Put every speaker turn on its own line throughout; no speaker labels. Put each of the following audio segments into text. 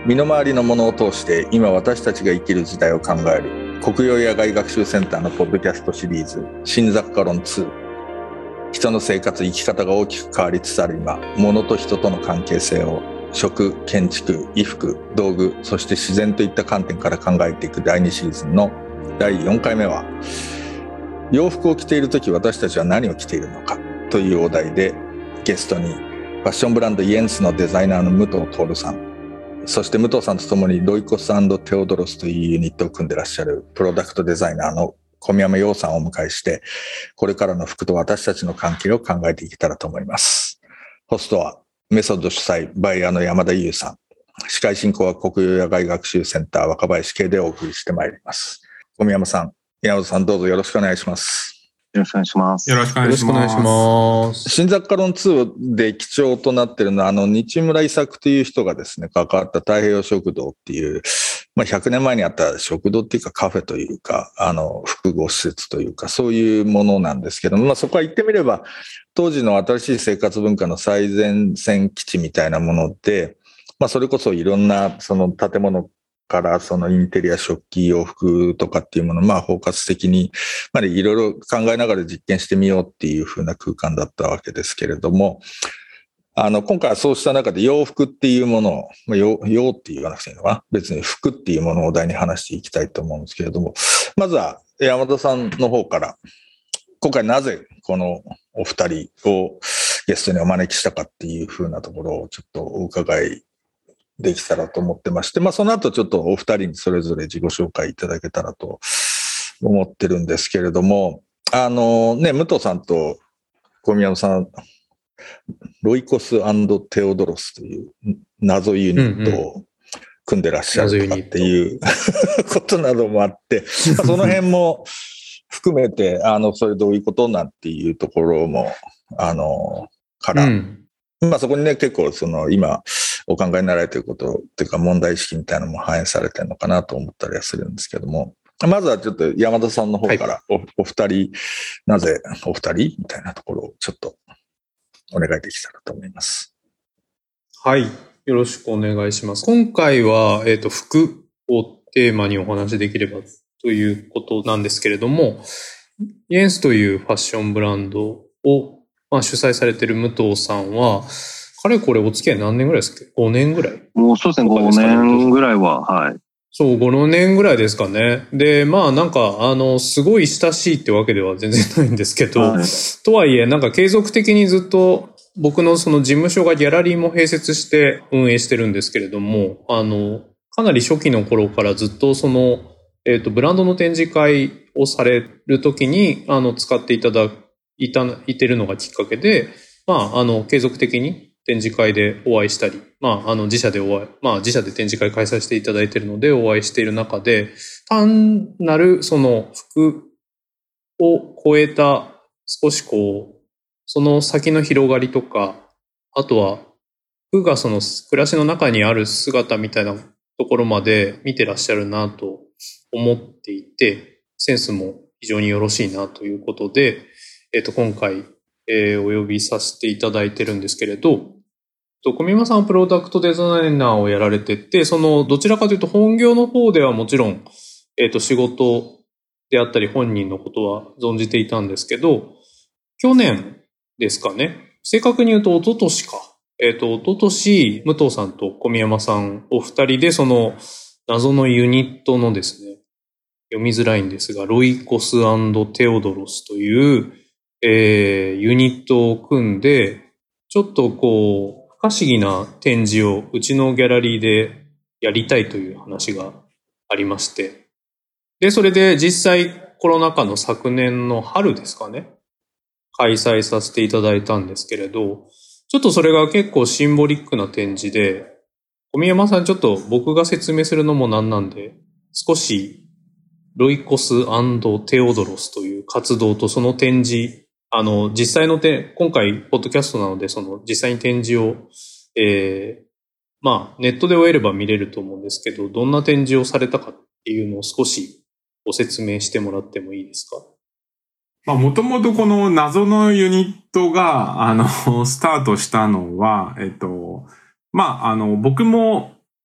身の回りのものを通して今私たちが生きる時代を考える国用野外学習センターのポッドキャストシリーズ新雑貨論2。人の生活生き方が大きく変わりつつある今、物と人との関係性を食、建築、衣服、道具、そして自然といった観点から考えていく第2シーズンの第4回目は、洋服を着ているとき私たちは何を着ているのかというお題で、ゲストにファッションブランドイエンスのデザイナーの武藤徹さん、そして武藤さんと共にロイコス&テオドロスというユニットを組んでらっしゃるプロダクトデザイナーの小宮山洋さんをお迎えして、これからの服と私たちの関係を考えていけたらと思います。ホストはメソッド主催バイヤーの山田優さん、司会進行は国用野外学習センター若林系でお送りしてまいります。小宮山さん、山田さん、どうぞよろしくお願いします。
よろしくお願いします。
よろしくお願いします。
新雑貨論2で貴重となっているのは、日村伊作という人がですね、関わった太平洋食堂っていう、100年前にあった食堂っていうかカフェというか、複合施設というか、そういうものなんですけども、そこは言ってみれば、当時の新しい生活文化の最前線基地みたいなもので、それこそいろんなその建物からそのインテリア、食器、洋服とかっていうものを包括的にいろいろ考えながら実験してみようっていう風な空間だったわけですけれども、今回はそうした中で洋服っていうものを、洋って言わなくていいのかな、別に服っていうものをお題に話していきたいと思うんですけれども、まずは山田さんの方から、今回なぜこのお二人をゲストにお招きしたかっていう風なところをちょっとお伺いできたらと思ってまして、その後ちょっとお二人にそれぞれ自己紹介いただけたらと思ってるんですけれども、武藤さんと小宮山さん、ロイコス&テオドロスという謎ユニットを組んでらっしゃるとかっていうことなどもあって、その辺も含めて、それどういうことなんていうところも、から、そこにね、結構今お考えになられていることっていうか問題意識みたいなのも反映されてるのかなと思ったりはするんですけども、まずはちょっと山田さんの方からお二人、なぜお二人みたいなところをちょっとお願いできたらと思います。
はい。よろしくお願いします。今回は、服をテーマにお話できればということなんですけれども、イエンスというファッションブランドを、主催されている武藤さんは、かれこれお付き合い何年ぐらいですか ?5 年ぐらい
もうそうですね、5年ぐらいは、はい。
そう、5年ぐらいですかね。で、すごい親しいってわけでは全然ないんですけど、はい、とはいえ、継続的にずっと、僕のその事務所がギャラリーも併設して運営してるんですけれども、かなり初期の頃からずっとブランドの展示会をされるときに、使っていてるのがきっかけで、継続的に展示会でお会いしたり、自社で展示会開催していただいているのでお会いしている中で、単なるその服を超えた少しその先の広がりとか、あとは服がその暮らしの中にある姿みたいなところまで見てらっしゃるなと思っていて、センスも非常によろしいなということで、今回、お呼びさせていただいてるんですけれど、小宮山さんはプロダクトデザイナーをやられてて、どちらかというと本業の方ではもちろん、仕事であったり本人のことは存じていたんですけど、去年ですかね、正確に言うと一昨年か。一昨年、武藤さんと小宮山さんお二人で謎のユニットのですね、読みづらいんですが、ロイコス&テオドロスという、ユニットを組んで、ちょっと不可思議な展示をうちのギャラリーでやりたいという話がありまして。で、それで実際コロナ禍の昨年の春ですかね、開催させていただいたんですけれど、ちょっとそれが結構シンボリックな展示で、小宮山さんちょっと僕が説明するのもなんなんで、少しロイコス&テオドロスという活動とその展示、実際の今回ポッドキャストなので実際に展示を、ネットで終えれば見れると思うんですけど、どんな展示をされたかっていうのを少しご説明してもらってもいいですか？
もともとこの謎のユニットが、スタートしたのは、僕も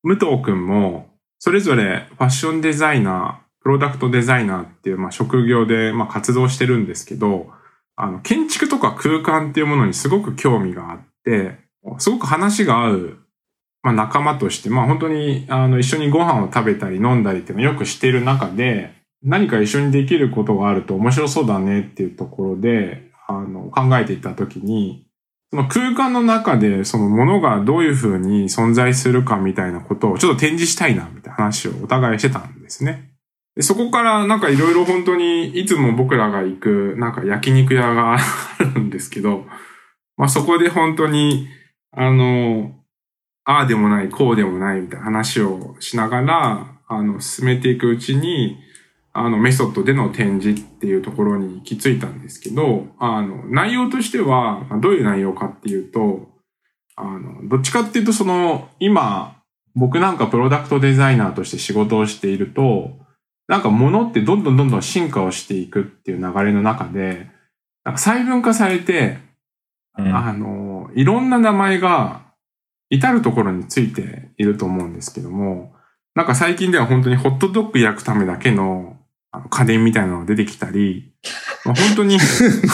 武藤くんも、それぞれファッションデザイナー、プロダクトデザイナーっていう、職業で、活動してるんですけど、建築とか空間っていうものにすごく興味があって、すごく話が合う、仲間として、本当に、一緒にご飯を食べたり飲んだりっていうのをよくしている中で、何か一緒にできることがあると面白そうだねっていうところで、考えていたときに、その空間の中でそのものがどういうふうに存在するかみたいなことをちょっと展示したいなみたいな話をお互いしてたんですね。でそこからなんかいろいろ本当にいつも僕らが行くなんか焼肉屋があるんですけど、そこで本当にああでもないこうでもないみたいな話をしながら進めていくうちにメソッドでの展示っていうところに行き着いたんですけど、内容としては、どういう内容かっていうと、どっちかっていうと今、僕なんかプロダクトデザイナーとして仕事をしていると、なんか物ってどんどん進化をしていくっていう流れの中で、なんか細分化されて、いろんな名前が至るところについていると思うんですけども、なんか最近では本当にホットドッグ焼くためだけの家電みたいなのが出てきたり、本当に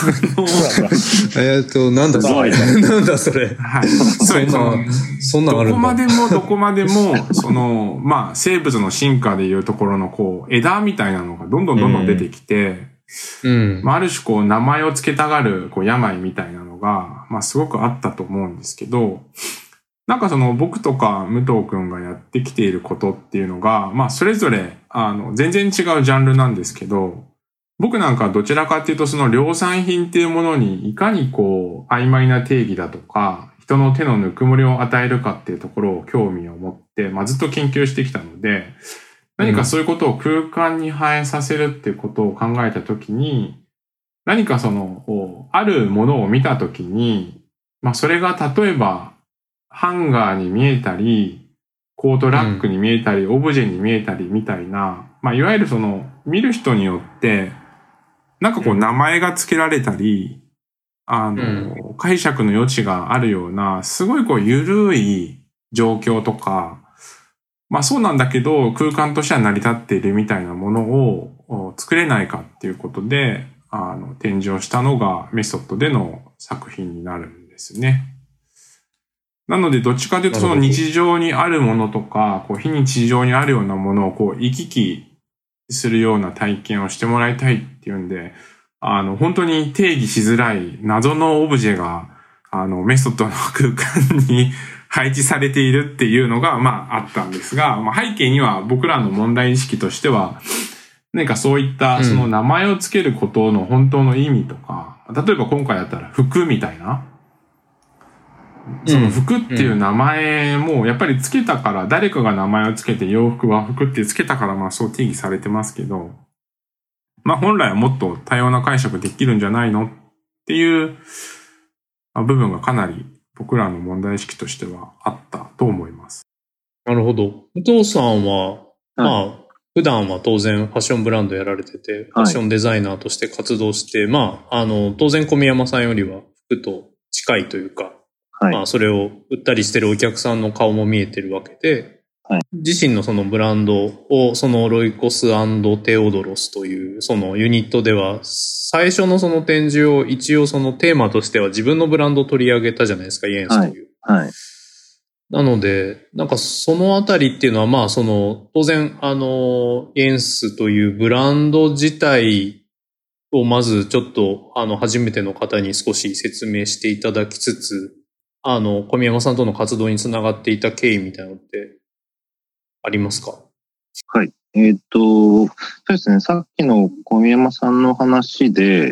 なんだそれ。なんだそれ。
はい。
そんなあるんだ。
どこまでも、生物の進化でいうところの枝みたいなのがどんどん出てきて、ある種名前を付けたがる病みたいなのが、すごくあったと思うんですけど、なんか僕とか武藤くんがやってきていることっていうのが、それぞれ、全然違うジャンルなんですけど、僕なんかどちらかっていうと量産品っていうものにいかに曖昧な定義だとか、人の手のぬくもりを与えるかっていうところを興味を持って、ずっと研究してきたので、何かそういうことを空間に反映させるっていうことを考えたときに、何かあるものを見たときに、それが例えば、ハンガーに見えたり、コートラックに見えたり、オブジェに見えたりみたいな、いわゆる見る人によって、なんか名前が付けられたり、解釈の余地があるような、すごい緩い状況とか、そうなんだけど、空間としては成り立っているみたいなものを作れないかっていうことで、展示をしたのがメソッドでの作品になるんですね。なので、どっちかというと日常にあるものとか、非日常にあるようなものを行き来するような体験をしてもらいたいっていうんで、本当に定義しづらい謎のオブジェが、メソッドの空間に配置されているっていうのが、あったんですが、背景には僕らの問題意識としては、何かそういった名前をつけることの本当の意味とか、例えば今回だったら服みたいな、その服っていう名前もやっぱりつけたから、誰かが名前をつけて洋服は服ってつけたからそう定義されてますけど、本来はもっと多様な解釈できるんじゃないのっていう部分がかなり僕らの問題意識としてはあったと思います。
なるほど。武藤さんは、普段は当然ファッションブランドやられてて、ファッションデザイナーとして活動して、当然小宮山さんよりは服と近いというか、それを売ったりしてるお客さんの顔も見えてるわけで、自身のブランドをロイコス&テオドロスというユニットでは最初の展示を一応テーマとしては自分のブランドを取り上げたじゃないですか、イエンスという。なので、なんかそのあたりっていうのは当然イエンスというブランド自体をまずちょっと初めての方に少し説明していただきつつ、小宮山さんとの活動につながっていた経緯みたいなのってありますか？
はい。そうですね。さっきの小宮山さんの話で、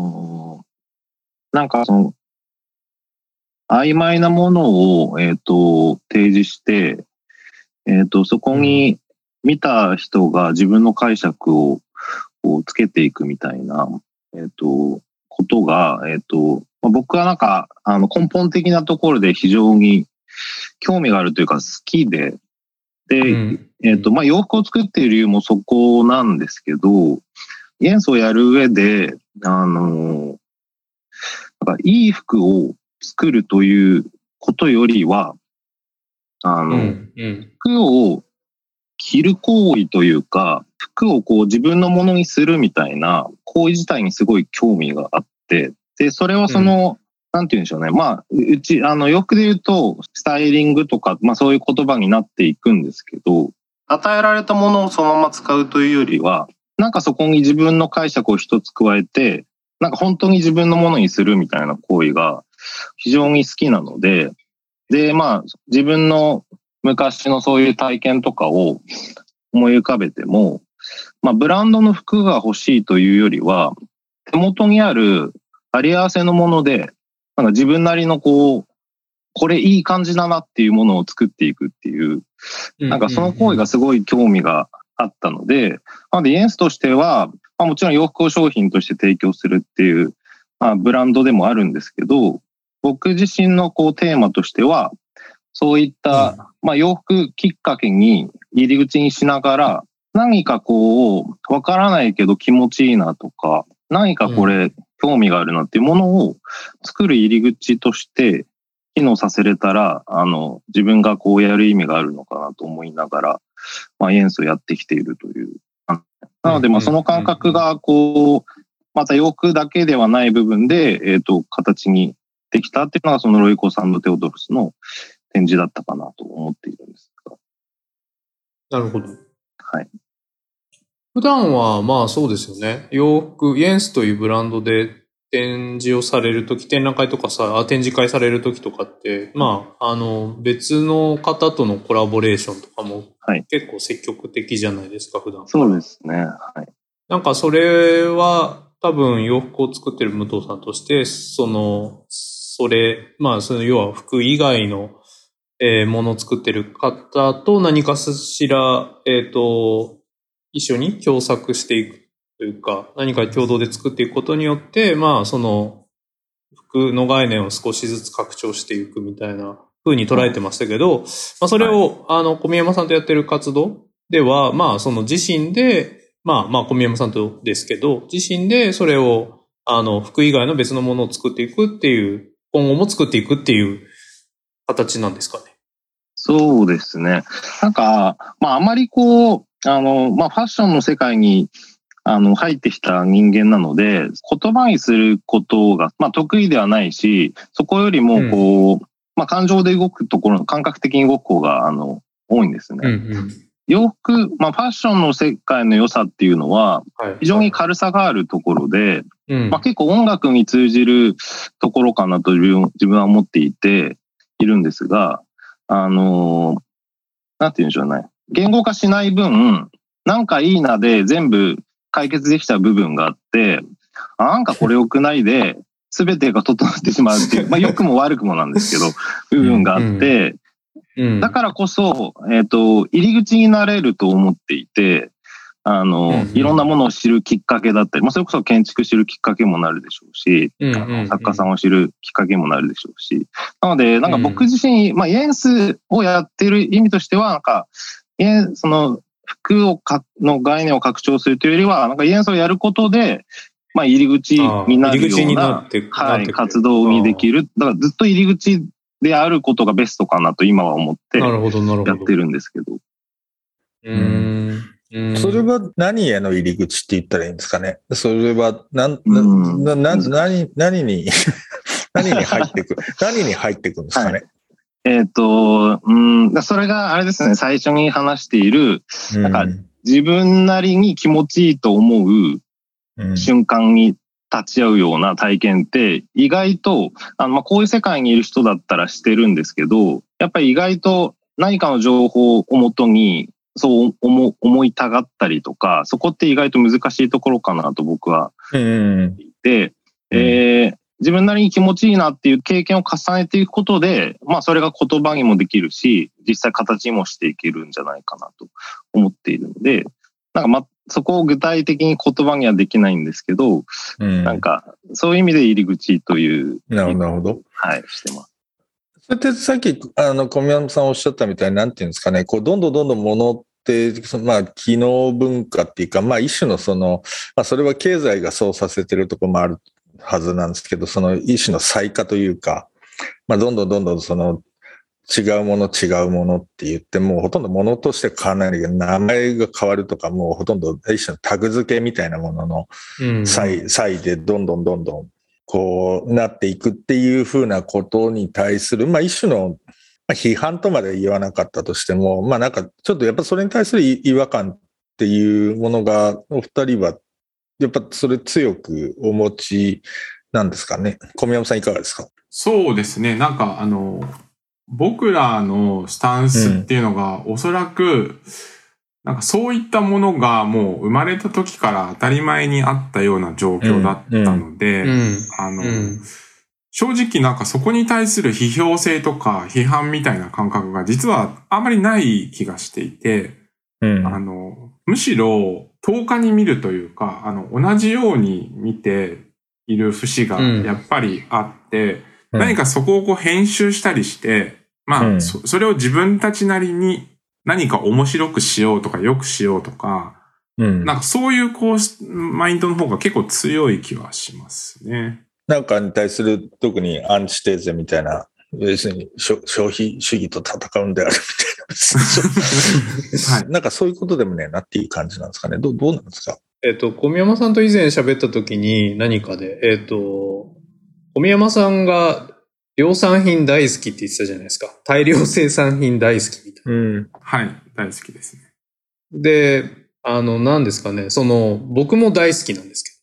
なんか曖昧なものを、提示して、そこに見た人が自分の解釈をつけていくみたいな、ことが、僕はなんか、根本的なところで非常に興味があるというか好きで、洋服を作っている理由もそこなんですけど、イエンスをやる上で、なんかいい服を作るということよりは、 服を着る行為というか、服をこう自分のものにするみたいな行為自体にすごい興味があって、で、それはなんて言うんでしょうね。洋服で言うと、スタイリングとか、そういう言葉になっていくんですけど、与えられたものをそのまま使うというよりは、なんかそこに自分の解釈を一つ加えて、なんか本当に自分のものにするみたいな行為が非常に好きなので、で、自分の昔のそういう体験とかを思い浮かべても、ブランドの服が欲しいというよりは、手元にあるあり合わせのもので、なんか自分なりのこれいい感じだなっていうものを作っていくっていう、なんかその行為がすごい興味があったので、なのでイエンスとしては、もちろん洋服を商品として提供するっていう、ブランドでもあるんですけど、僕自身のテーマとしては、そういった、洋服きっかけに入り口にしながら、何かわからないけど気持ちいいなとか、何かこれ興味があるなっていうものを作る入り口として機能させれたら、自分がやる意味があるのかなと思いながら、イエンスをやってきているという。なので、その感覚がまた洋服だけではない部分で、形にできたっていうのが、そのロイコ・サンド・テオドロスの展示だったかなと思っているんですが。
なるほど。
はい。
普段はそうですよね。洋服、イエンスというブランドで展示をされるとき、展覧会とか展示会されるときとかって、別の方とのコラボレーションとかも結構積極的じゃないですか、普段。
そうですね。はい。
なんかそれは多分洋服を作ってる武藤さんとして、その要は服以外のものを作ってる方と何かしら、一緒に共作していくというか、何か共同で作っていくことによって、その服の概念を少しずつ拡張していくみたいな風に捉えてましたけど、それを、小宮山さんとやってる活動では、その自身で、小宮山さんとですけど、自身でそれを、服以外の別のものを作っていくっていう、今後も作っていくっていう形なんですかね。
そうですね。なんか、あまりファッションの世界に、入ってきた人間なので、言葉にすることが、得意ではないし、そこよりも、感情で動くところ、感覚的に動く方が、多いんですね。洋服、ファッションの世界の良さっていうのは、非常に軽さがあるところで、結構音楽に通じるところかなと自分は思っているんですが、なんて言うんでしょうね。言語化しない分、なんかいいなで全部解決できた部分があって、なんかこれ良くないで、全てが整ってしまうっていう、良くも悪くもなんですけど、部分があって、だからこそ、入り口になれると思っていて、いろんなものを知るきっかけだったり、それこそ建築知るきっかけもなるでしょうし、作家さんを知るきっかけもなるでしょうし。なので、なんか僕自身、イエンスをやっている意味としては、なんか、その服の概念を拡張するというよりは、なんかイエンスをやることで、入り口になるような、活動にできる。だからずっと入り口であることがベストかなと今は思ってやってるんですけど。
それは何への入り口って言ったらいいんですかね。それは何に入ってく何に入ってくんですかね。
それがあれですね、最初に話している、なんか自分なりに気持ちいいと思う瞬間に立ち会うような体験って意外と、こういう世界にいる人だったらしてるんですけど、やっぱり意外と何かの情報をもとにそう思いたがったりとか、そこって意外と難しいところかなと僕は言っていて、自分なりに気持ちいいなっていう経験を重ねていくことで、それが言葉にもできるし、実際形にもしていけるんじゃないかなと思っているので、なんかそこを具体的に言葉にはできないんですけど、なんかそういう意味で入り口という。
なるほど。
はい、してます。
それってさっき、小宮山さんおっしゃったみたいに、なんていうんですかね、どんどん物って、機能文化っていうか、一種のそれは経済がそうさせてるところもあるはずなんですけど、その一種の細化というか、どんどん違うものって言ってもうほとんどものとして変わらないけど、名前が変わるとか、もうほとんど一種のタグ付けみたいなものの際でどんどんこうなっていくっていうふうなことに対する、一種の批判とまで言わなかったとしても、なんかちょっとやっぱそれに対する違和感っていうものが、お二人はやっぱそれ強くお持ちなんですかね。小宮山さんいかがですか？
そうですね。なんか僕らのスタンスっていうのが、おそらく、なんかそういったものがもう生まれた時から当たり前にあったような状況だったので、正直なんかそこに対する批評性とか批判みたいな感覚が実はあんまりない気がしていて、むしろ10日に見るというか、同じように見ている節がやっぱりあって、何かそこをこう編集したりして、それを自分たちなりに何か面白くしようとか良くしようとか、なんかそういうこう、マインドの方が結構強い気はしますね。
なんかに対する特にアンチテーゼみたいな、別に消費主義と戦うんであるみたいな。はい。なんかそういうことでもねなっていう感じなんですかね。どうなんですか？
小宮山さんと以前喋った時に何かで、小宮山さんが量産品大好きって言ってたじゃないですか。大量生産品大好きみたいな。
はい、大好きですね。
で、何ですかね、僕も大好きなんですけ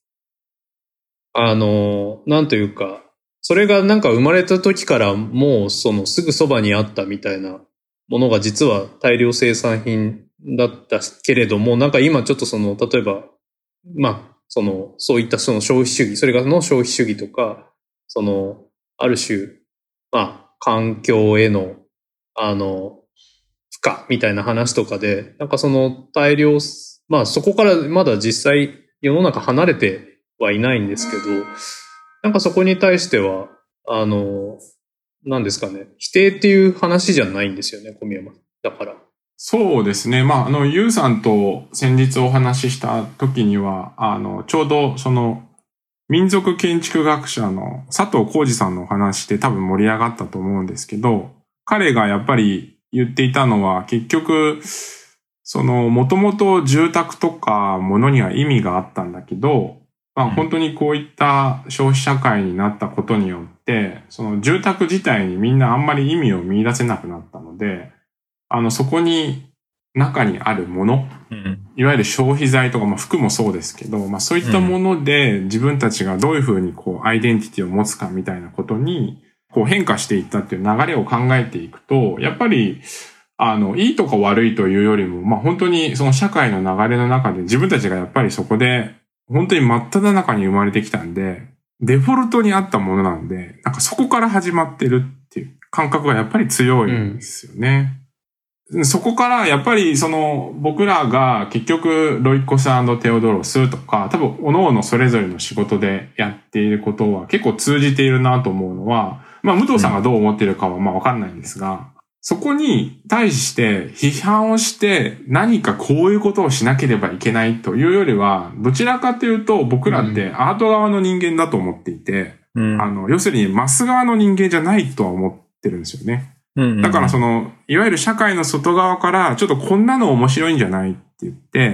ど、なんというか、それがなんか生まれた時からもうすぐそばにあったみたいなものが実は大量生産品だったけれども、なんか今ちょっと例えば、そういった消費主義、それが消費主義とか、ある種、環境への、負荷みたいな話とかで、なんか大量、そこからまだ実際世の中離れてはいないんですけど、なんかそこに対しては、何ですかね、否定っていう話じゃないんですよね、小宮山。だから。
そうですね。ゆうさんと先日お話しした時には、ちょうど民族建築学者の佐藤浩二さんのお話で多分盛り上がったと思うんですけど、彼がやっぱり言っていたのは結局、もともと住宅とか物には意味があったんだけど、本当にこういった消費社会になったことによって、住宅自体にみんなあんまり意味を見出せなくなったので、そこに中にあるもの、いわゆる消費財とか、服もそうですけど、そういったもので自分たちがどういうふうにこうアイデンティティを持つかみたいなことにこう変化していったっていう流れを考えていくと、やっぱりいいとか悪いというよりも、本当にその社会の流れの中で自分たちがやっぱりそこで本当に真っ只中に生まれてきたんで、デフォルトにあったものなんで、なんかそこから始まってるっていう感覚がやっぱり強いんですよね。そこからやっぱり僕らが結局ロイコス&テオドロスとか多分各々それぞれの仕事でやっていることは結構通じているなと思うのは、武藤さんがどう思っているかはわかんないんですが、そこに対して批判をして何かこういうことをしなければいけないというよりは、どちらかというと僕らってアート側の人間だと思っていて、要するにマス側の人間じゃないとは思ってるんですよね。だからいわゆる社会の外側からちょっとこんなの面白いんじゃないって言って、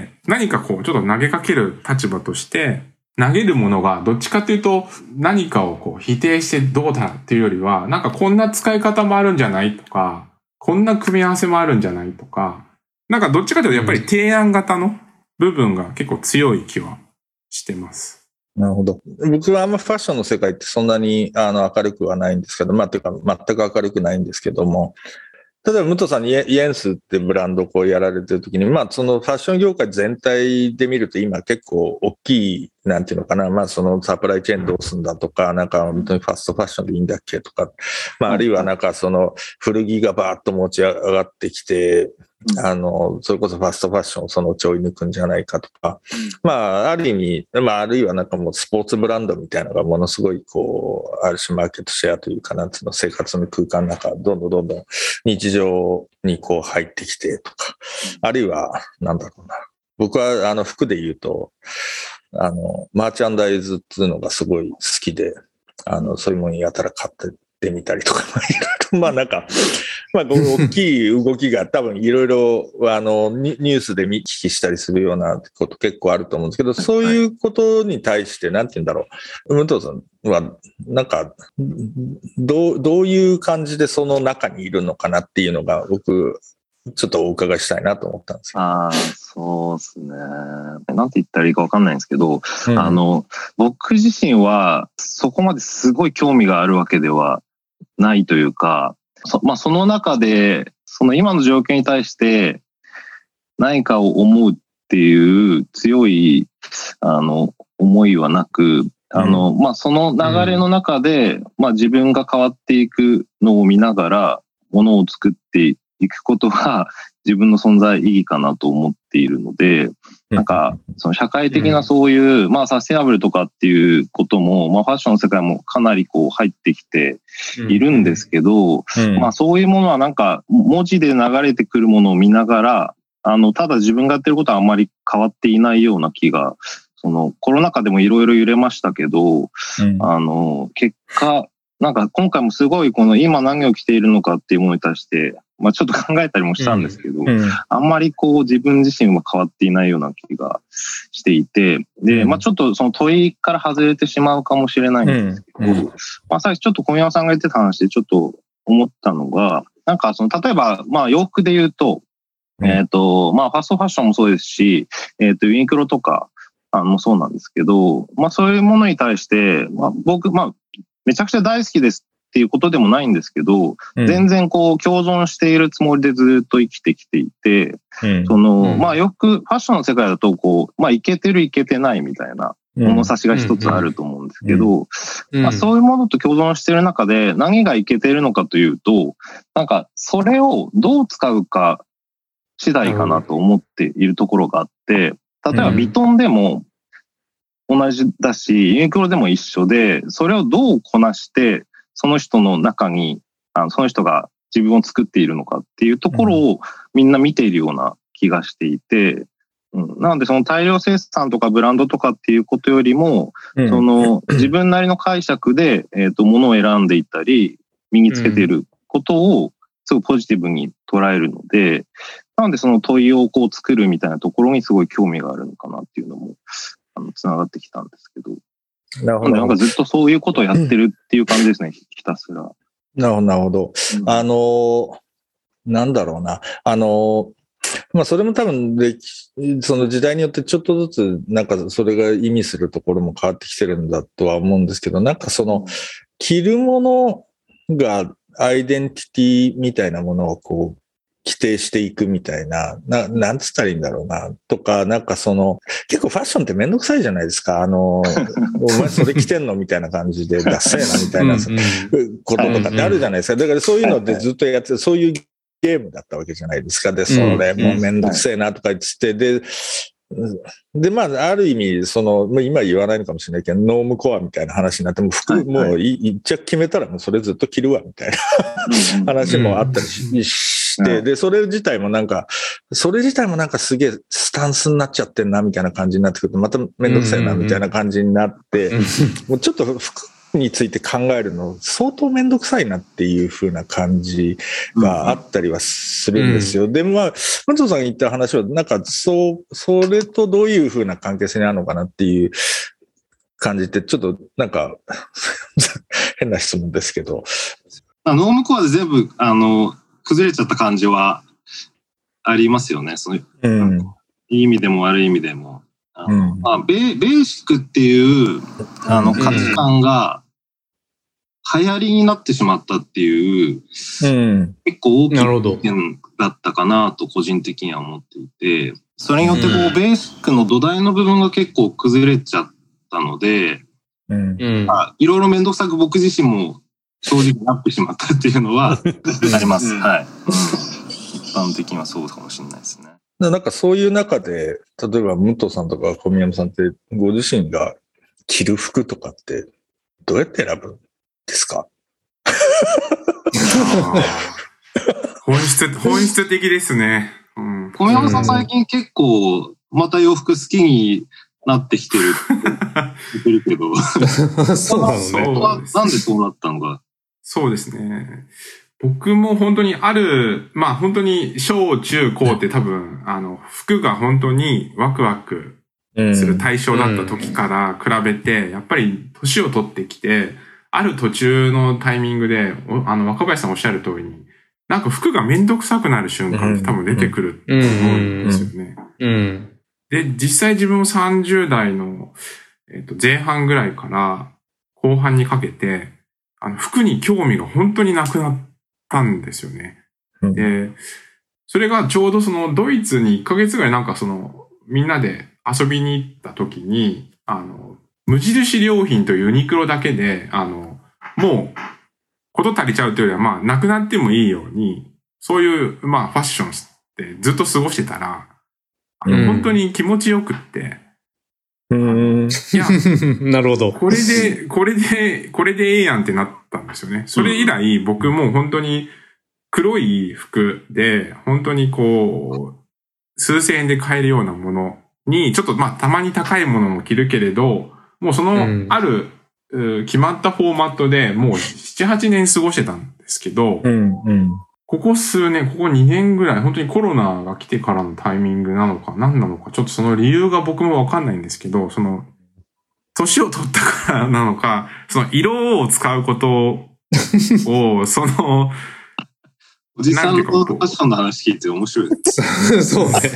何かこうちょっと投げかける立場として投げるものがどっちかというと何かをこう否定してどうだっていうよりは、なんかこんな使い方もあるんじゃないとか、こんな組み合わせもあるんじゃないとか、なんかどっちかというとやっぱり提案型の部分が結構強い気はしてます。
なるほど。僕はあんまファッションの世界ってそんなに明るくはないんですけど、というか全く明るくないんですけども、例えば武藤さんにイエンスってブランドをこうやられてるときに、そのファッション業界全体で見ると今結構大きい、なんていうのかな、そのサプライチェーンどうすんだとか、なんか本当にファストファッションでいいんだっけとか、あるいはなんか古着がバーッと持ち上がってきて、それこそファストファッションをそのうち追い抜くんじゃないかとか、ある意味、あるいはなんかもうスポーツブランドみたいなのがものすごいこう、ある種マーケットシェアというかなんていうの、生活の空間の中、どんどん日常にこう入ってきてとか、あるいは、なんだろうな。僕は服で言うと、マーチャンダイズっていうのがすごい好きで、そういうものやたら買ってってみたりとか、まあなんか、まあ大きい動きが多分いろいろニュースで見聞きしたりするようなこと結構あると思うんですけど、そういうことに対してなんて言うんだろう。武藤さんはなんかどういう感じでその中にいるのかなっていうのが僕ちょっとお伺いしたいなと思ったんですよ。
そうですね。なんて言ったらいいかわかんないんですけど、僕自身はそこまですごい興味があるわけではないというか、その中で、その今の状況に対して何かを思うっていう強い、思いはなく、その流れの中で、自分が変わっていくのを見ながら、ものを作っていくことが自分の存在意義かなと思っているので、なんか、その社会的なそういう、サステナブルとかっていうことも、ファッションの世界もかなりこう入ってきているんですけど、そういうものはなんか文字で流れてくるものを見ながら、ただ自分がやってることはあんまり変わっていないような気が、そのコロナ禍でもいろいろ揺れましたけど、結果、なんか今回もすごいこの今何を着ているのかっていうものに対して、ちょっと考えたりもしたんですけど、あんまりこう自分自身は変わっていないような気がしていて、で、ちょっとその問いから外れてしまうかもしれないんですけど、さっきちょっと小宮山さんが言ってた話でちょっと思ったのが、なんかその例えば洋服で言うと、ファーストファッションもそうですし、ユニクロとかもそうなんですけど、そういうものに対して、僕、めちゃくちゃ大好きですっていうことでもないんですけど、全然こう共存しているつもりでずっと生きてきていて、よくファッションの世界だとこう、イケてるイケてないみたいな物差しが一つあると思うんですけど、そういうものと共存している中で何がイケてるのかというと、なんかそれをどう使うか次第かなと思っているところがあって、例えばヴィトンでも同じだし、ユニクロでも一緒で、それをどうこなして、その人の中に、その人が自分を作っているのかっていうところをみんな見ているような気がしていて、なのでその大量生産とかブランドとかっていうことよりも、その自分なりの解釈で、物を選んでいったり、身につけていることをすごいポジティブに捉えるので、なのでその問いをこう作るみたいなところにすごい興味があるのかなっていうのも、つながってきたんですけど。なるほど。なんかずっとそういうことをやってるっていう感じですね、ひたすら。
なるほど。なんだろうな。それも多分その時代によってちょっとずつ、なんかそれが意味するところも変わってきてるんだとは思うんですけど、なんかその、着るものがアイデンティティみたいなものをこう、規定していくみたいな、なんつったらいいんだろうな、とか、なんかその、結構ファッションってめんどくさいじゃないですか。お前それ着てんのみたいな感じで、ダッサいなみたいなこととかってあるじゃないですか。だからそういうのってずっとやって、そういうゲームだったわけじゃないですか。で、それもうめんどくせえなとか言って、で、ある意味、今言わないのかもしれないけど、ノームコアみたいな話になっても、服もう一着決めたらもうそれずっと着るわ、みたいな話もあったりして、で、それ自体もなんかすげえスタンスになっちゃってんな、みたいな感じになってくると、まためんどくさいな、みたいな感じになって、もうちょっと服について考えるの相当めんどくさいなっていう風な感じがあったりはするんですよ。で、武藤さんが言った話は、なんかそれとどういう風な関係性にあるのかなっていう感じって、ちょっとなんか変な質問ですけど。
ノームコアで全部、崩れちゃった感じはありますよね。いい意味でも悪い意味でも。ベーシックっていう価値観が流行りになってしまったっていう、結構大きな意見だったかなと個人的には思っていて、それによってこうベーシックの土台の部分が結構崩れちゃったので、いろいろめんどくさく僕自身も正直なってしまったっていうのはあります。はい。一般的にはそうかもしれないですね。
なんかそういう中で、例えば武藤さんとか小宮山さんってご自身が着る服とかってどうやって選ぶんですか？
本質的ですね。
小宮山さん最近結構また洋服好きになってきてるって言ってるけど。
そうなのね。
なんでそうなったのか。
そうですね。僕も本当にまあ本当に小中高って多分、服が本当にワクワクする対象だった時から比べて、やっぱり年を取ってきて、ある途中のタイミングで、若林さんおっしゃる通りに、なんか服がめんどくさくなる瞬間って多分出てくると思うんですよね。で、実際自分も30代の、前半ぐらいから後半にかけて、服に興味が本当になくなったんですよね。で、それがちょうどそのドイツに1ヶ月ぐらいなんかみんなで遊びに行った時に、無印良品とユニクロだけで、もう、こと足りちゃうというよりは、まあ、なくなってもいいように、そういう、まあ、ファッションってずっと過ごしてたら、本当に気持ちよくって、いや、
なるほど。
これでええやんってなったんですよね。それ以来、僕も本当に黒い服で、本当にこう、数千円で買えるようなものに、ちょっとまあ、たまに高いものも着るけれど、もうある、決まったフォーマットでもう7、8年過ごしてたんですけど、ここ数年、ここ2年ぐらい、本当にコロナが来てからのタイミングなのか、何なのか、ちょっとその理由が僕もわかんないんですけど、年を取ったからなのか、色を使うことを、
おじさんのファッションの話聞いて面白いです。
そうね。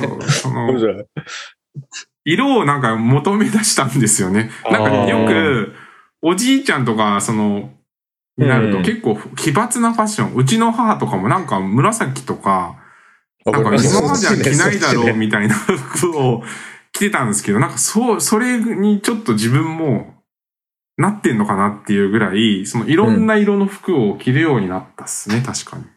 色をなんか求め出したんですよね。なんかよく、おじいちゃんとか、になると結構奇抜なファッション。うちの母とかもなんか紫とか、なんか今までは着ないだろうみたいな服を着てたんですけど、なんかそれにちょっと自分もなってんのかなっていうぐらい、いろんな色の服を着るようになったっすね、確かに。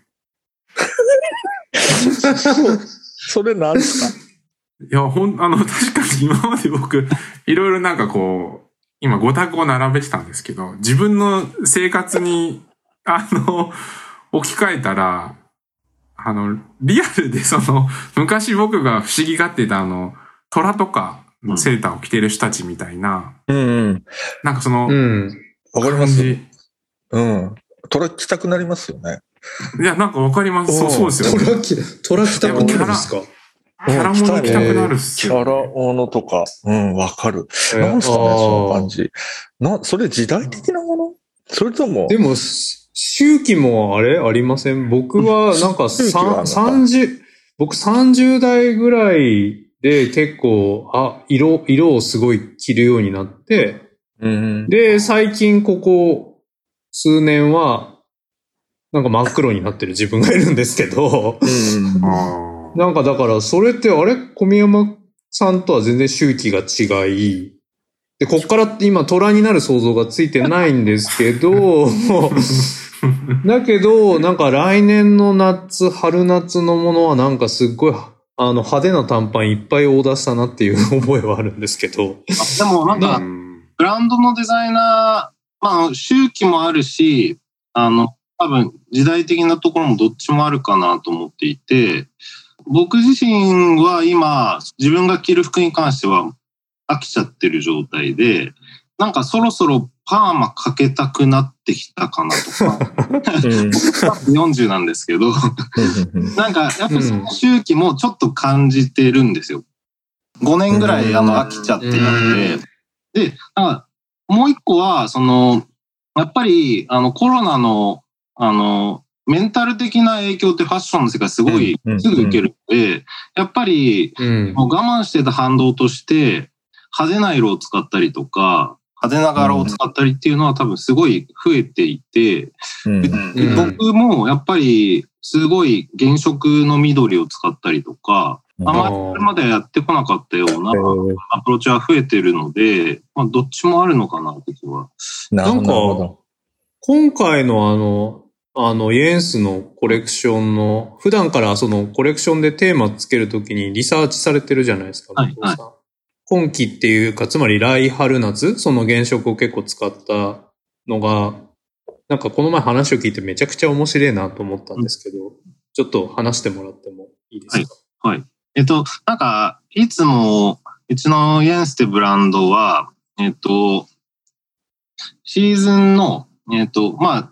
それなんですか？
いや、確かに今まで僕、いろいろなんかこう、今5択を並べてたんですけど、自分の生活に、置き換えたら、リアルで昔僕が不思議がってた虎とかのセーターを着てる人たちみたいな、なんか
わかります。虎着たくなりますよね。
いや、なんかわかります。そうですよね。
虎着たくなるんですか？
キャラもの着たくなるっすよ、ね。
キャラものとか、わかる。なんすかね、その感じ。それ時代的なもの？それとも。
でも、周期もありません？僕はなんか僕30代ぐらいで結構、色をすごい着るようになって、で、最近ここ数年は、なんか真っ黒になってる自分がいるんですけど、なんかだからそれって小宮山さんとは全然周期が違い、で、こっから今虎になる想像がついてないんですけど、だけど、なんか来年の春夏のものはなんかすっごい、派手な短パンいっぱいオーダーしたなっていう覚えはあるんですけど。
でもなんか、ブランドのデザイナー、まあ、周期もあるし、多分時代的なところもどっちもあるかなと思っていて、僕自身は今、自分が着る服に関しては飽きちゃってる状態で、なんかそろそろパーマかけたくなってきたかなとか、40なんですけど、なんかやっぱその周期もちょっと感じてるんですよ。5年ぐらい飽きちゃっていて、で、もう一個は、やっぱりコロナのメンタル的な影響ってファッションの世界すごいすぐ受けるので、やっぱりもう我慢してた反動として派手な色を使ったりとか、派手な柄を使ったりっていうのは多分すごい増えていて、僕もやっぱりすごい原色の緑を使ったりとか、あまりこれまでやってこなかったようなアプローチは増えてるので、まあどっちもあるのかな、僕は。
なんか、今回のイエンスのコレクションの、普段からそのコレクションでテーマつけるときにリサーチされてるじゃないですか。
はいはい、
今季っていうか、つまり来春夏、その原色を結構使ったのが、なんかこの前話を聞いてめちゃくちゃ面白いなと思ったんですけど、ちょっと話してもらってもいいですか？
はい。はい。なんか、いつも、うちのイエンスってブランドは、シーズンの、まあ、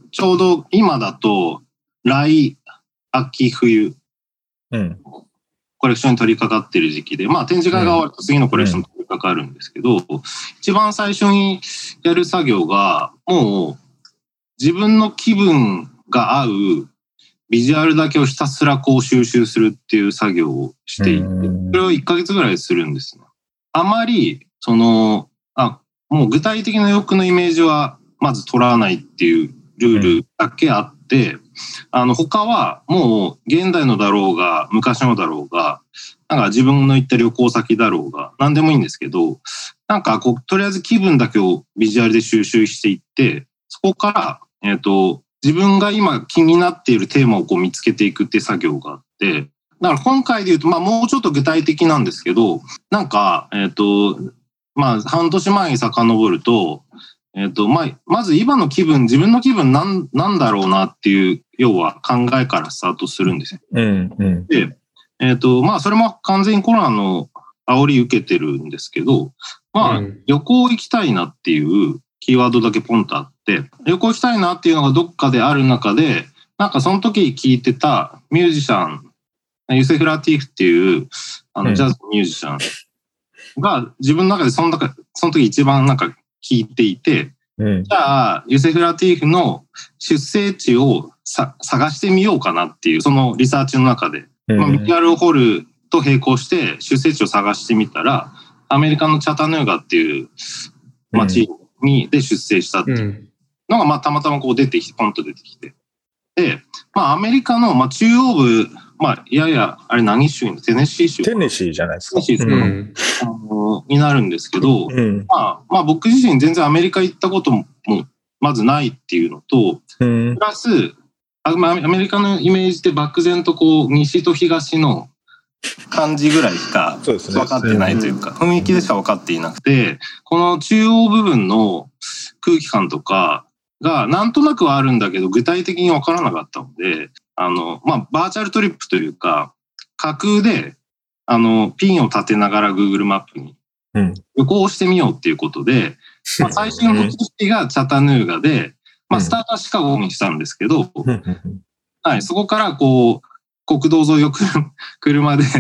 ちょうど今だと、来、秋、冬、コレクションに取り掛かってる時期で、まあ展示会が終わると次のコレクションに取り掛かるんですけど、一番最初にやる作業が、もう自分の気分が合うビジュアルだけをひたすらこう収集するっていう作業をしていて、それを1ヶ月ぐらいするんですね。あまり、もう具体的な洋服のイメージはまず取らないっていうルールだけあって、他はもう現代のだろうが、昔のだろうが、なんか自分の行った旅行先だろうが、何でもいいんですけど、なんかとりあえず気分だけをビジュアルで収集していって、そこから、自分が今気になっているテーマをこう見つけていくっていう作業があって、だから今回で言うと、まあもうちょっと具体的なんですけど、なんか、まあ半年前に遡ると、まず今の気分、自分の気分なんだろうなっていう、要は考えからスタートするんですよ。で、まあそれも完全にコロナの煽り受けてるんですけど、まあ旅行行きたいなっていうキーワードだけポンとあって、旅行行きたいなっていうのがどっかである中で、なんかその時聴いてたミュージシャン、ユセフ・ラティーフっていうジャズミュージシャンが自分の中でその時一番なんか聴いていて、じゃあユセフ・ラティーフの出生地を探してみようかなっていうそのリサーチの中で、ビジュアルを掘ると並行して出生地を探してみたら、アメリカのチャタヌーガっていう街で出生したっていうのが、まあたまたまこうポンと出てきて。で、まあアメリカの中央部、まあやや、あれ何州テネシー州
テネシーじゃないですか。
テネシーですか、になるんですけど、まあ僕自身全然アメリカ行ったこともまずないっていうのと、プラス、アメリカのイメージって漠然とこう西と東の感じぐらいしか分かってないというか、雰囲気でしか分かっていなくて、この中央部分の空気感とかがなんとなくはあるんだけど、具体的に分からなかったので、まあ、バーチャルトリップというか、架空で、ピンを立てながら Google マップに旅行してみようっていうことで、まあ、最新の都市がチャタヌーガで、まあ、スタートはシカゴにしたんですけど、はい、そこからこう、国道沿いを車で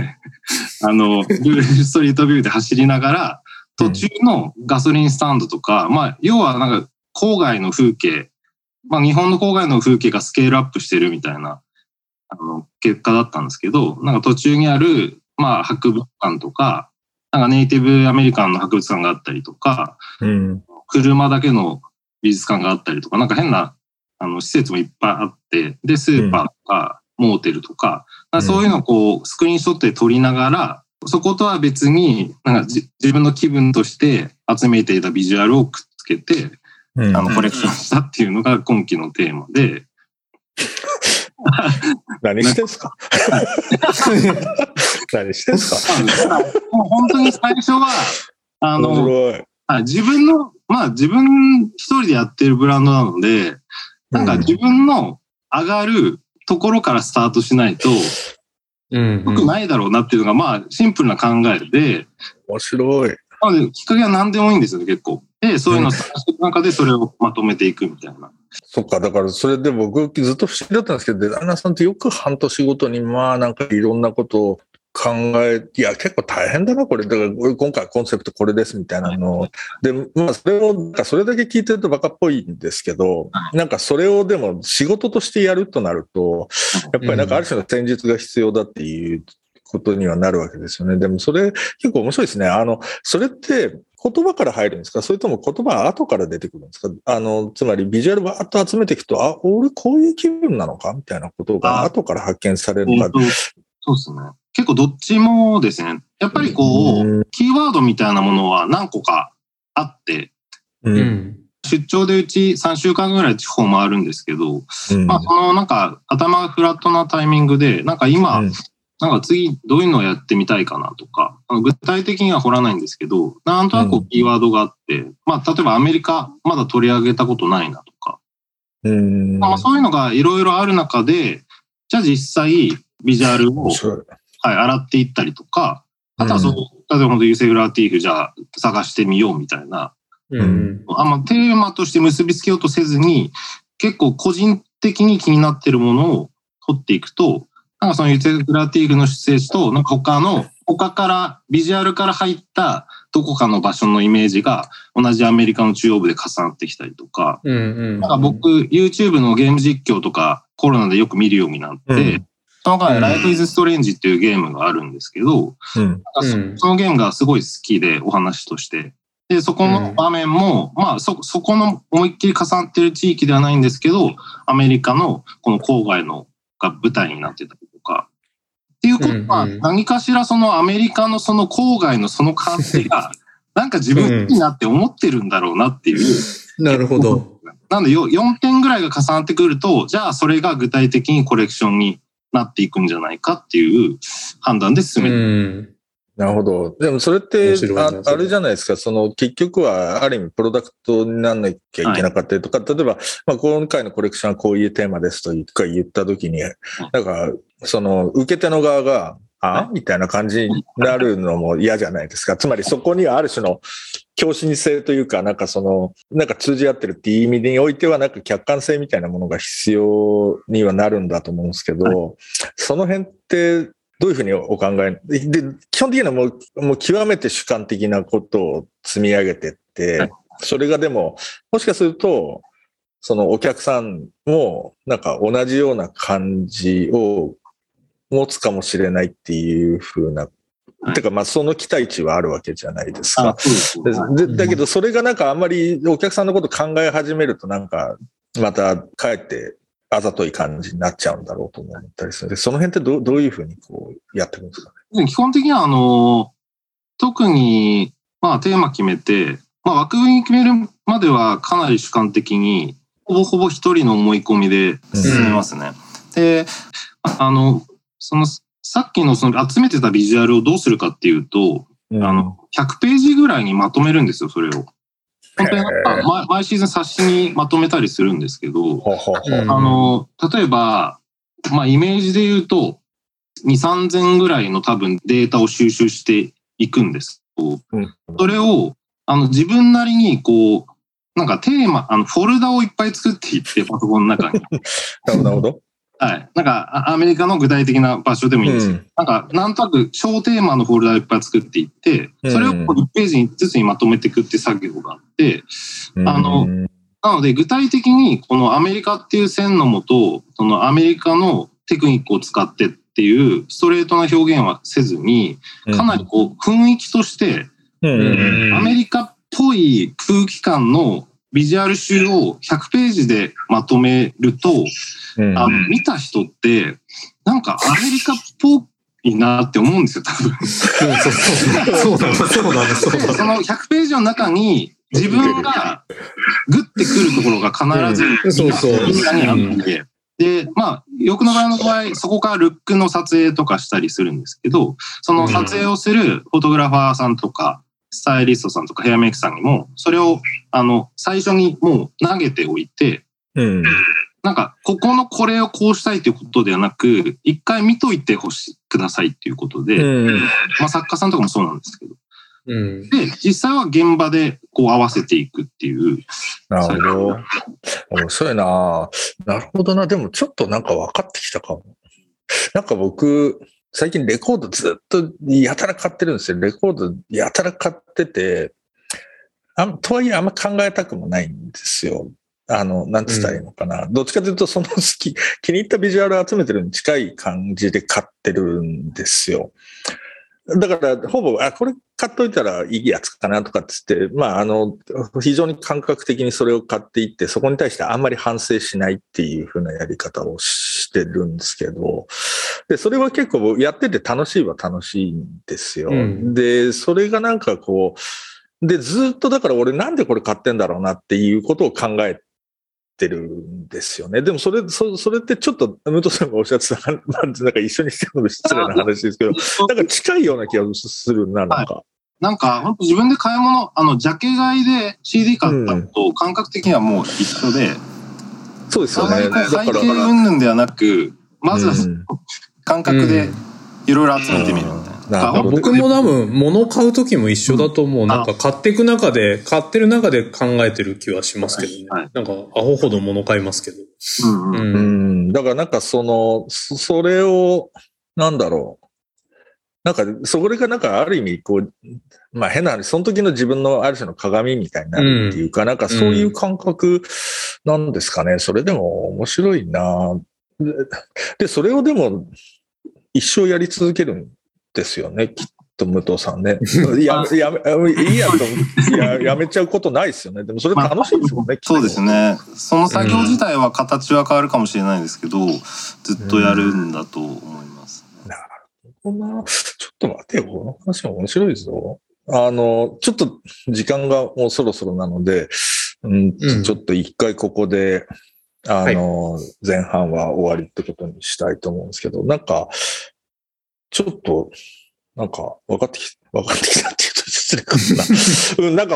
Google ストリートビューで走りながら、途中のガソリンスタンドとか、まあ、要はなんか郊外の風景、まあ、日本の郊外の風景がスケールアップしてるみたいな、結果だったんですけど、なんか途中にある、まあ、博物館とか、なんかネイティブアメリカンの博物館があったりとか、車だけの美術館があったりとか、なんか変な、施設もいっぱいあって、で、スーパーとか、モーテルとか、そういうのをこう、スクリーンショットで撮りながら、そことは別に、なんか自分の気分として集めていたビジュアルをくっつけて、コレクションしたっていうのが今期のテーマで。
何してんすか何してんすか
もう本当に最初は、自分一人でやってるブランドなので、なんか自分の上がるところからスタートしないと、よくないだろうなっていうのが、まあ、シンプルな考えで。
面白い。
なので、きっかけは何でもいいんですよね、結構。で、そういうのを探していく中でそれをまとめていくみたいな。
そっか、だからそれで僕ずっと不思議だったんですけど、デザイナーさんってよく半年ごとに、まあなんかいろんなことを考え、いや、結構大変だな、これ。だから今回コンセプトこれですみたいなのを。で、まあそれだけ聞いてるとバカっぽいんですけど、なんかそれをでも仕事としてやるとなると、やっぱりなんかある種の戦術が必要だっていうことにはなるわけですよね。でもそれ結構面白いですね。それって言葉から入るんですか？それとも言葉は後から出てくるんですか？つまりビジュアルバーッと集めていくと、あ、俺こういう気分なのかみたいなことが後から発見されるのか。
そうですね。結構どっちもですね。やっぱりこう、キーワードみたいなものは何個かあって、出張でうち3週間ぐらい地方回るんですけど、まあそのなんか頭がフラットなタイミングで、なんか今、なんか次どういうのをやってみたいかなとか、具体的には掘らないんですけど、なんとなくキーワードがあって、まあ例えばアメリカまだ取り上げたことないなとか、まあそういうのがいろいろある中で、じゃあ実際ビジュアルを、はい、洗っていったりとか、あとは例えば本当ユセフ・ラティーフじゃあ探してみようみたいな、テーマとして結びつけようとせずに、 結構個人的に気になってるものを取っていくと、なんかそのユテグラティフの出生地と、なんか他からビジュアルから入ったどこかの場所のイメージが同じアメリカの中央部で重なってきたりとか、なんか僕 YouTube のゲーム実況とかコロナでよく見るようになって、その中で Life is Strange っていうゲームがあるんですけど、なんかそのゲームがすごい好きでお話として。で、そこの場面も、まあそこの思いっきり重なってる地域ではないんですけど、アメリカのこの郊外のが舞台になってたりとか、っていうことは何かしらそのアメリカのその郊外のその感じが、なんか自分になって思ってるんだろうなっていう。
なるほど。
なので4点ぐらいが重なってくると、じゃあそれが具体的にコレクションになっていくんじゃないかっていう判断で進める。
なるほど。でもそれってあれじゃないですか、その結局はある意味プロダクトにならなきゃいけなかったりとか、例えば、まあ、今回のコレクションはこういうテーマですとか言ったときに、なんかその受け手の側が、みたいな感じになるのも嫌じゃないですか。つまりそこにはある種の共振性というか、なんかなんか通じ合ってるっていう意味においては、なんか客観性みたいなものが必要にはなるんだと思うんですけど、その辺ってどういうふうにお考えで、基本的にはもう極めて主観的なことを積み上げてって、それがでも、もしかすると、そのお客さんもなんか同じような感じを持つかもしれないっていう風な、てかまあその期待値はあるわけじゃないですか。だけどそれがなんかあんまりお客さんのこと考え始めるとなんかまたかえってあざとい感じになっちゃうんだろうと思ったりするので、その辺ってどういう風にこうやってるんですか
ね。基本的には特にまあテーマ決めて、まあ枠組み決めるまではかなり主観的にほぼほぼ一人の思い込みで進めますね。で、さっきのその集めてたビジュアルをどうするかっていうと、100ページぐらいにまとめるんですよ、それを。本当に毎シーズン冊子にまとめたりするんですけど、例えば、まあイメージで言うと、2、3000ぐらいの多分データを収集していくんですけど、それを自分なりにこう、なんかテーマ、フォルダをいっぱい作っていって、パソコンの中に。
なるほど。
はい。なんか、アメリカの具体的な場所でもいいんですけど、なんとなく小テーマのフォルダをいっぱい作っていって、それを1ページずつにまとめていくっていう作業があって、なので具体的にこのアメリカっていう線のもと、そのアメリカのテクニックを使ってっていうストレートな表現はせずに、かなりこう雰囲気として、アメリカっぽい空気感のビジュアル集を100ページでまとめると、見た人って、なんかアメリカっぽいなって思うんですよ、多分。そうなんです。その100ページの中に自分がグッてくるところが必ずみんなにあって、で、まあ、欲の場合、そこからルックの撮影とかしたりするんですけど、その撮影をするフォトグラファーさんとか、スタイリストさんとかヘアメイクさんにも、それを、最初にもう投げておいて、なんか、ここのこれをこうしたいということではなく、一回見といてくださいっていうことで、まあ作家さんとかもそうなんですけど。で、実際は現場でこう合わせていくっていう。
なるほど。面白いな。なるほどな。でもちょっとなんか分かってきたかも。なんか僕、最近レコードずっとやたら買ってるんですよ。レコードやたら買ってて、とはいえあんま考えたくもないんですよ。なんつったらいいのかな。どっちかというと気に入ったビジュアルを集めてるに近い感じで買ってるんですよ。だから、ほぼ、これ買っといたらいいやつかなとかって言って、まあ、非常に感覚的にそれを買っていって、そこに対してあんまり反省しないっていう風なやり方をしてるんですけど、で、それは結構やってて楽しいは楽しいんですよ。で、それがなんかこう、で、ずっとだから俺なんでこれ買ってんだろうなっていうことを考えてるんですよね。でもそれってちょっと、武藤さんがおっしゃってた、なんか一緒にしてるのも失礼な話ですけど、なんか近いような気がするな、なんか。はい、
なんか、本当自分で買い物、ジャケ買いで CD 買ったのと感覚的にはもう一緒で、
そうですよね。
背景云々ではなく、まずは感覚でいろいろ集めてみるみたいな。
僕も多分物を買う時も一緒だと思う。なんか買ってる中で考えてる気はしますけどね。はい、なんかアホほど物買いますけど。
だからなんかそれを、なんだろう。なんか、それがなんかある意味、こう、まあ変な話、その時の自分のある種の鏡みたいになるっていうか、なんかそういう感覚なんですかね。それでも面白いな。で、それをでも一生やり続けるんですよね、きっと武藤さんね。やめちゃうことないですよね。でもそれ楽しいですもんね、
そうですね。その作業自体は形は変わるかもしれないですけど、ずっとやるんだと思います。
なるほどな。ちょっと待ってよ、この話も面白いぞ。ちょっと時間がもうそろそろなので、ちょっと一回ここで、前半は終わりってことにしたいと思うんですけど、なんか、ちょっと、なんか、分かってきたっていうと失礼かな。なんか、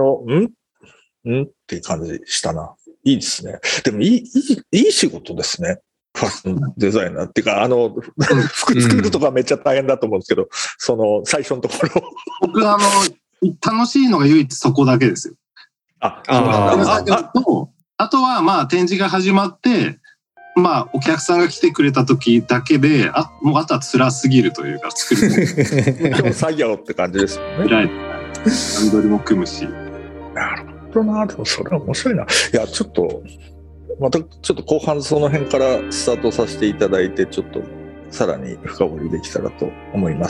っていう感じしたな。いいですね。でもいい仕事ですね。ファッションデザイナーっていうか、服作るとかめっちゃ大変だと思うんですけど、最初のところ。
僕、楽しいのが唯一そこだけですよ。あとは、まあ、展示が始まって、まあ、お客さんが来てくれた時だけで、もうあとは辛すぎるというか、作る。
でも作業って感じですよね。
はい。段取りも組むし。
なるほどな。でもそれは面白いな。いや、ちょっと、またちょっと後半その辺からスタートさせていただいて、ちょっとさらに深掘りできたらと思います。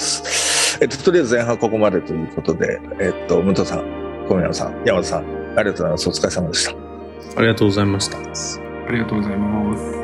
とりあえず前半ここまでということで、武藤さん、小宮さん、山田さん、ありがとうございます。お疲れ様でした。
ありがとうございました。
ありがとうございます。